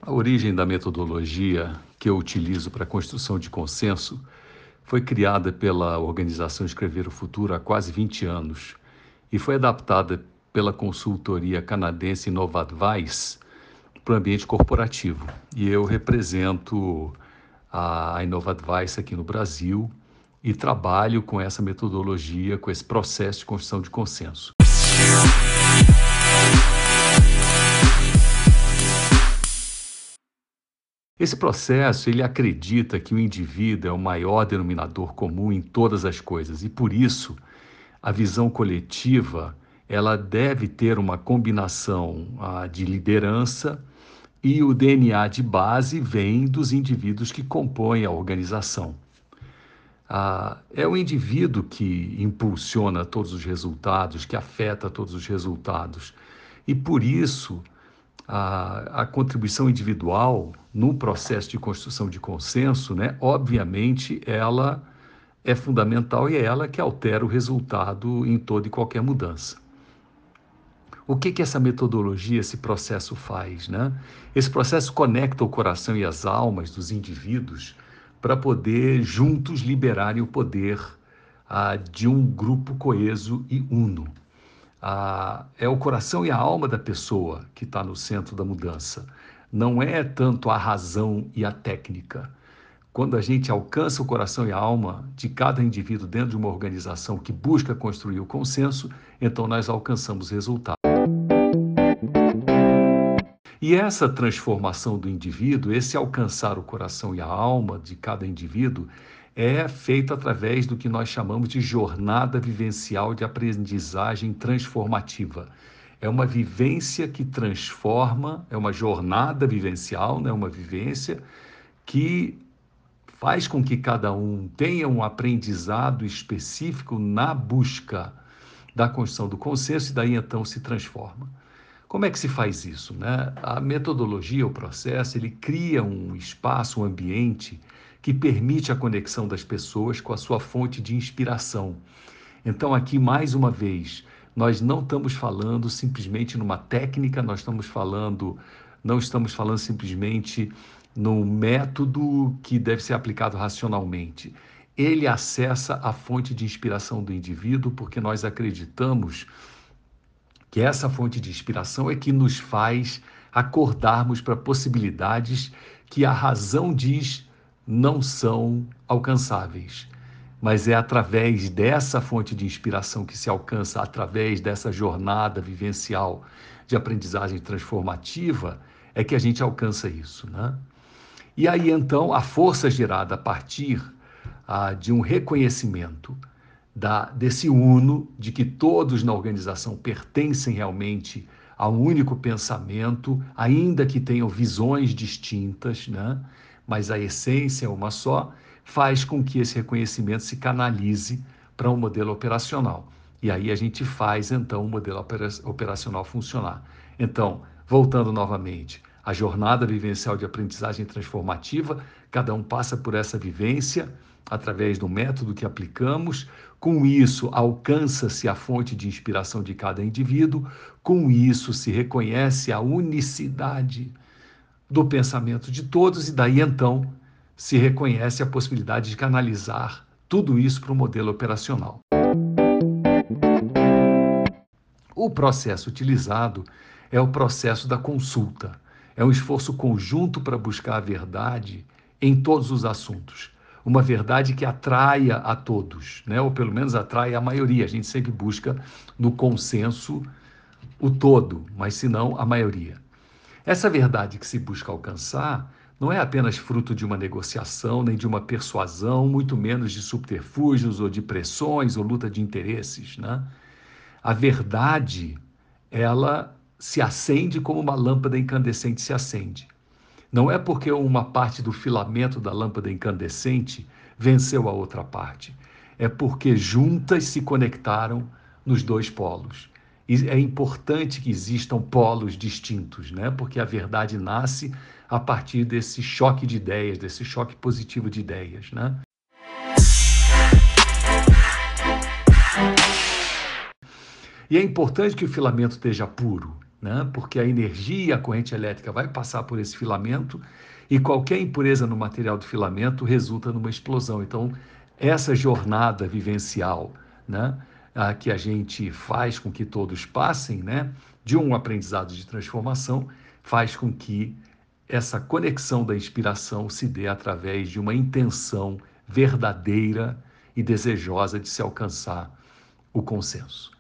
A origem da metodologia que eu utilizo para a construção de consenso foi criada pela organização Escrever o Futuro há quase 20 anos e foi adaptada pela consultoria canadense InnovAdvice para o ambiente corporativo. E eu represento a InnovAdvice aqui no Brasil e trabalho com essa metodologia, com esse processo de construção de consenso. Esse processo, ele acredita que o indivíduo é o maior denominador comum em todas as coisas e, por isso, a visão coletiva, ela deve ter uma combinação de liderança e o DNA de base vem dos indivíduos que compõem a organização. É o indivíduo que impulsiona todos os resultados, que afeta todos os resultados. E, por isso, a contribuição individual no processo de construção de consenso, né, obviamente, ela é fundamental e é ela que altera o resultado em toda e qualquer mudança. O que essa metodologia, esse processo faz, né? Esse processo conecta o coração e as almas dos indivíduos para poder juntos liberarem o poder de um grupo coeso e uno. É o coração e a alma da pessoa que está no centro da mudança. Não é tanto a razão e a técnica. Quando a gente alcança o coração e a alma de cada indivíduo dentro de uma organização que busca construir o consenso, então nós alcançamos resultados. E essa transformação do indivíduo, esse alcançar o coração e a alma de cada indivíduo, é feito através do que nós chamamos de jornada vivencial de aprendizagem transformativa. É uma vivência que transforma, é uma jornada vivencial, né? Uma vivência que faz com que cada um tenha um aprendizado específico na busca da construção do consenso e daí então se transforma. Como é que se faz isso, né? A metodologia, o processo, ele cria um espaço, um ambiente que permite a conexão das pessoas com a sua fonte de inspiração. Então, aqui, mais uma vez, nós não estamos falando simplesmente numa técnica, não estamos falando simplesmente num método que deve ser aplicado racionalmente. Ele acessa a fonte de inspiração do indivíduo porque nós acreditamos que essa fonte de inspiração é que nos faz acordarmos para possibilidades que a razão diz não são alcançáveis. Mas é através dessa fonte de inspiração que se alcança, através dessa jornada vivencial de aprendizagem transformativa, é que a gente alcança isso, né? E aí, então, a força gerada a partir de um reconhecimento desse uno, de que todos na organização pertencem realmente a um único pensamento, ainda que tenham visões distintas, né? Mas a essência é uma só, faz com que esse reconhecimento se canalize para um modelo operacional. E aí a gente faz, então, o modelo operacional funcionar. Então, voltando novamente, a jornada vivencial de aprendizagem transformativa, cada um passa por essa vivência através do método que aplicamos. Com isso, alcança-se a fonte de inspiração de cada indivíduo. Com isso, se reconhece a unicidade do pensamento de todos e daí, então, se reconhece a possibilidade de canalizar tudo isso para o modelo operacional. O processo utilizado é o processo da consulta. É um esforço conjunto para buscar a verdade em todos os assuntos. Uma verdade que atraia a todos, né? Ou pelo menos atraia a maioria. A gente sempre busca no consenso o todo, mas se não a maioria. Essa verdade que se busca alcançar não é apenas fruto de uma negociação, nem de uma persuasão, muito menos de subterfúgios ou de pressões ou luta de interesses, né? A verdade, ela se acende como uma lâmpada incandescente se acende. Não é porque uma parte do filamento da lâmpada incandescente venceu a outra parte. É porque juntas se conectaram nos dois polos. E é importante que existam polos distintos, né? Porque a verdade nasce a partir desse choque de ideias, desse choque positivo de ideias, né? E é importante que o filamento esteja puro, né? Porque a energia, a corrente elétrica vai passar por esse filamento e qualquer impureza no material do filamento resulta numa explosão. Então, essa jornada vivencial, né, que a gente faz com que todos passem, né, de um aprendizado de transformação, faz com que essa conexão da inspiração se dê através de uma intenção verdadeira e desejosa de se alcançar o consenso.